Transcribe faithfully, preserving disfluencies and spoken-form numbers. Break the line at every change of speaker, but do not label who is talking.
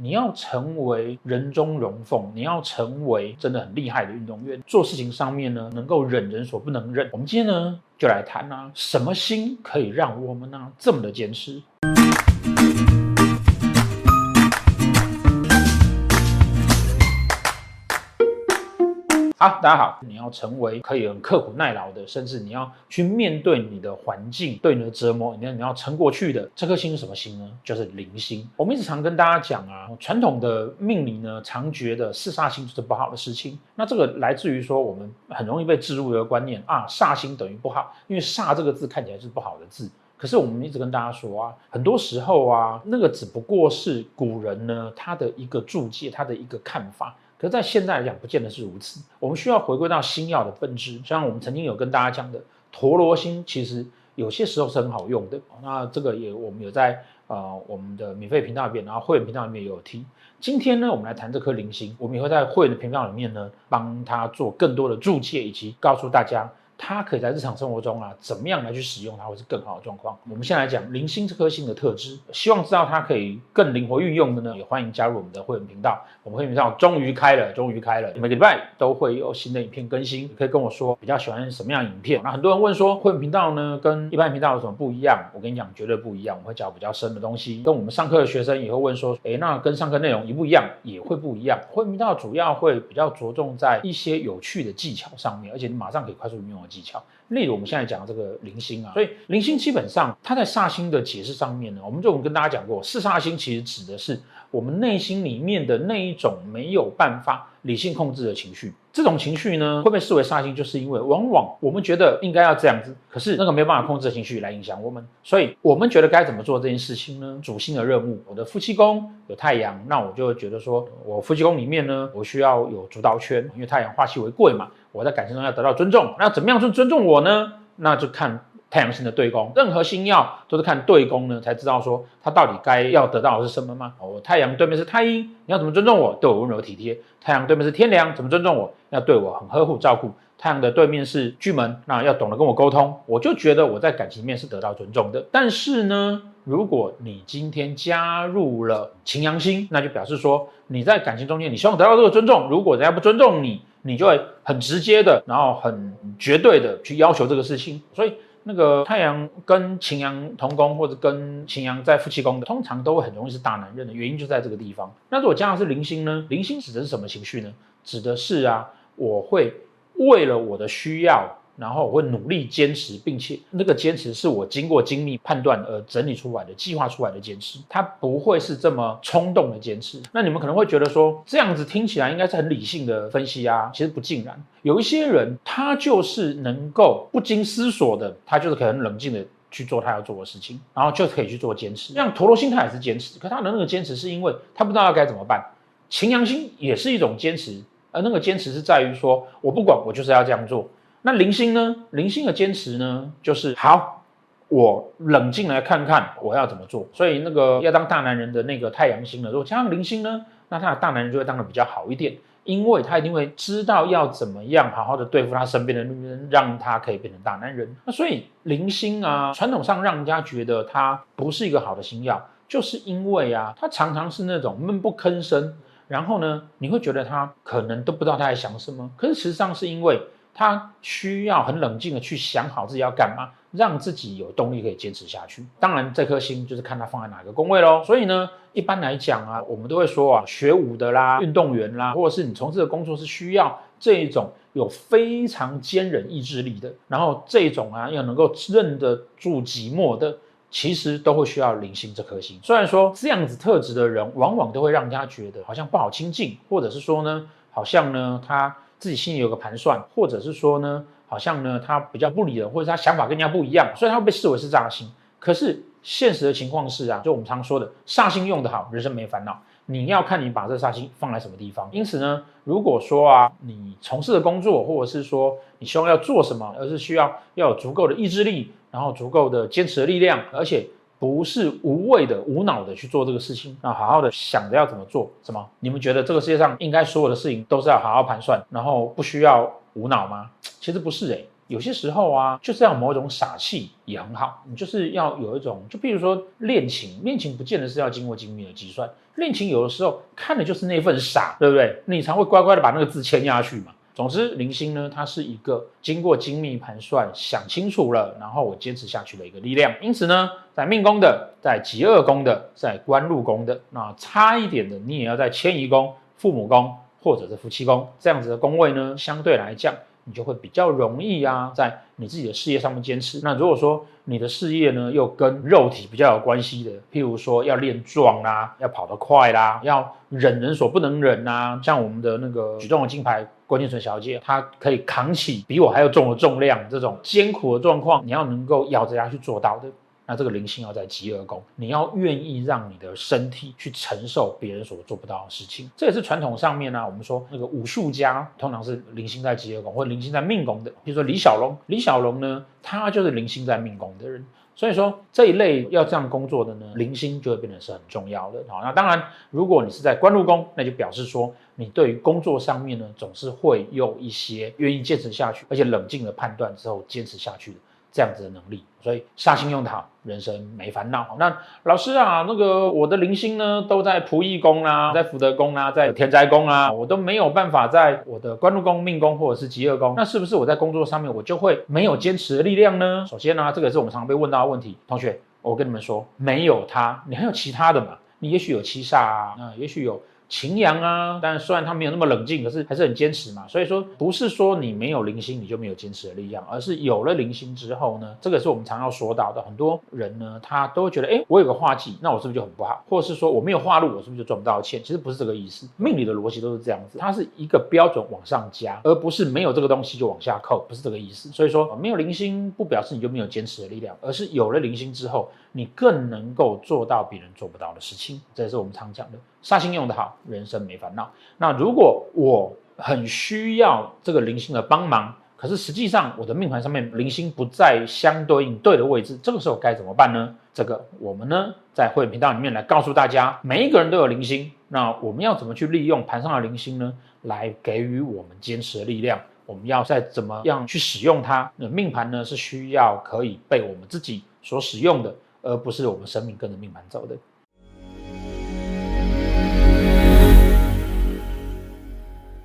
你要成为人中龙凤，你要成为真的很厉害的运动员，做事情上面呢能够忍人所不能忍。我们今天呢就来谈啊，什么心可以让我们呢这么的坚持？好，大家好。你要成为可以很刻苦耐劳的，甚至你要去面对你的环境对你的折磨，你要撑过去的这颗心是什么心呢？就是灵心。我们一直常跟大家讲啊，传统的命理呢，常觉得四煞星就是不好的事情。那这个来自于说，我们很容易被置入一个观念啊，煞星等于不好，因为煞这个字看起来是不好的字。可是我们一直跟大家说啊，很多时候啊，那个只不过是古人呢他的一个注解，他的一个看法。可是在现在来讲不见得是如此，我们需要回归到星曜的本质。像我们曾经有跟大家讲的陀罗星，其实有些时候是很好用的。那这个也我们有在呃我们的免费频道里面，然后会员频道里面也有提。今天呢我们来谈这颗灵星，我们也会在会员的频道里面呢帮他做更多的注解，以及告诉大家它可以在日常生活中啊，怎么样来去使用它会是更好的状况。我们先来讲灵星这颗星的特质，希望知道它可以更灵活运用的呢，也欢迎加入我们的会员频道。我们会员频道终于开了，终于开了，每个礼拜都会有新的影片更新。你可以跟我说比较喜欢什么样的影片。那很多人问说，会员频道呢跟一般频道有什么不一样？我跟你讲，绝对不一样。我们会讲比较深的东西。跟我们上课的学生也会问说，诶，那跟上课内容一不一样？也会不一样。会员频道主要会比较着重在一些有趣的技巧上面，而且你马上可以快速运用的技巧。例如我们现在讲的这个灵星啊，所以灵星基本上它在煞星的解释上面呢，我们就我们跟大家讲过，四煞星其实指的是我们内心里面的那一种没有办法理性控制的情绪。这种情绪呢会被视为煞星，就是因为往往我们觉得应该要这样子，可是那个没有办法控制的情绪来影响我们，所以我们觉得该怎么做这件事情呢？主星的任务，我的夫妻宫有太阳，那我就觉得说我夫妻宫里面呢，我需要有主导权，因为太阳化气为贵嘛，我在感情中要得到尊重。那怎么样去尊重我呢？那就看太阳星的对宫，任何星曜都是看对宫呢，才知道说他到底该要得到的是什么吗？我太阳对面是太阴，你要怎么尊重我？对我温柔体贴。太阳对面是天梁，怎么尊重我？要对我很呵护照顾。太阳的对面是巨门，那要懂得跟我沟通。我就觉得我在感情里面是得到尊重的。但是呢，如果你今天加入了擎羊星，那就表示说你在感情中间你希望得到这个尊重，如果人家不尊重你，你就会很直接的，然后很绝对的去要求这个事情。所以那个太阳跟擎羊同宫，或者跟擎羊在夫妻宫的，通常都会很容易是大男人的原因就在这个地方。那如果加上是灵星呢？灵星指的是什么情绪呢？指的是啊，我会为了我的需要，然后我会努力坚持，并且那个坚持是我经过精密判断而整理出来的、计划出来的坚持，它不会是这么冲动的坚持。那你们可能会觉得说，这样子听起来应该是很理性的分析啊，其实不尽然。有一些人他就是能够不经思索的，他就是可以很冷静的去做他要做的事情，然后就可以去做坚持。像陀罗星他也是坚持，可他的那个坚持是因为他不知道该怎么办。擎羊星也是一种坚持，而那个坚持是在于说我不管，我就是要这样做。那灵星呢？灵星的坚持呢，就是好，我冷静来看看我要怎么做。所以那个要当大男人的那个太阳星呢，如果加上灵星呢，那他的大男人就会当得比较好一点，因为他一定会知道要怎么样好好的对付他身边的女人，让他可以变成大男人。那所以灵星啊，传统上让人家觉得他不是一个好的星曜，就是因为啊，他常常是那种闷不吭声，然后呢，你会觉得他可能都不知道他在想什么，可是事实上是因为他需要很冷静的去想好自己要干嘛，让自己有动力可以坚持下去。当然这颗星就是看他放在哪个宫位咯。所以呢，一般来讲啊，我们都会说啊，学武的啦、运动员啦，或者是你从事的工作是需要这一种有非常坚韧意志力的，然后这种啊要能够认得住寂寞的，其实都会需要灵星这颗星。虽然说这样子特质的人往往都会让人家觉得好像不好亲近，或者是说呢，好像呢他自己心里有个盘算，或者是说呢，好像呢他比较不理人，或者他想法跟人家不一样，所以他会被视为是煞星。可是现实的情况是啊，就我们常说的，煞星用得好，人生没烦恼。你要看你把这煞星放在什么地方。因此呢，如果说啊，你从事的工作，或者是说你希望要做什么，而是需要要有足够的意志力，然后足够的坚持的力量，而且不是无谓的、无脑的去做这个事情，那好好的想着要怎么做。什么？你们觉得这个世界上应该所有的事情都是要好好盘算，然后不需要无脑吗？其实不是诶、欸。 有些时候啊，就是要某一种傻气也很好，你就是要有一种，就比如说练琴，练琴不见得是要经过精密的计算，练琴有的时候看的就是那份傻，对不对？你才会乖乖的把那个字签下去嘛。总之，零星呢，它是一个经过精密盘算、想清楚了，然后我坚持下去的一个力量。因此呢，在命宫的、在疾厄宫的、在官禄宫的，那差一点的，你也要在迁移宫、父母宫或者是夫妻宫这样子的宫位呢，相对来讲，你就会比较容易啊，在你自己的事业上面坚持。那如果说你的事业呢，又跟肉体比较有关系的，譬如说要练壮啦，要跑得快啦，要忍人所不能忍啦，像我们的那个举重的金牌郭婞淳小姐，她可以扛起比我还要重的重量，这种艰苦的状况，你要能够咬着牙去做到的。那这个零星要在疾厄宫，你要愿意让你的身体去承受别人所做不到的事情，这也是传统上面呢、啊，我们说那个武术家通常是零星在疾厄宫或零星在命宫的，比如说李小龙，李小龙呢，他就是零星在命宫的人。所以说这一类要这样工作的呢，零星就会变得是很重要的。好，那当然，如果你是在官禄宫，那就表示说你对于工作上面呢，总是会有一些愿意坚持下去，而且冷静的判断之后坚持下去的这样子的能力。所以煞星用得好，人生没烦恼。那老师啊，那个我的零星呢都在仆役宫啦，在福德宫啦，在田宅宫啊，我都没有办法在我的官禄宫、命宫或者是疾厄宫，那是不是我在工作上面我就会没有坚持的力量呢？首先呢、啊，这个是我们常常被问到的问题。同学，我跟你们说，没有它，你还有其他的嘛？你也许有七煞啊，那也许有擎羊啊，但虽然他没有那么冷静，可是还是很坚持嘛。所以说，不是说你没有零星你就没有坚持的力量，而是有了零星之后呢，这个是我们常要说到的。很多人呢，他都会觉得，哎，我有个化忌，那我是不是就很不好？或者是说我没有化禄，我是不是就赚不到钱？其实不是这个意思。命理的逻辑都是这样子，它是一个标准往上加，而不是没有这个东西就往下扣，不是这个意思。所以说，没有零星不表示你就没有坚持的力量，而是有了零星之后，你更能够做到别人做不到的事情。这也是我们常讲的。煞星用得好，人生没烦恼。那如果我很需要这个零星的帮忙，可是实际上我的命盘上面零星不在相对应对的位置，这个时候该怎么办呢？这个我们呢在会员频道里面来告诉大家，每一个人都有零星，那我们要怎么去利用盘上的零星呢？来给予我们坚持的力量。我们要再怎么样去使用它？那命盘呢是需要可以被我们自己所使用的，而不是我们生命跟着命盘走的。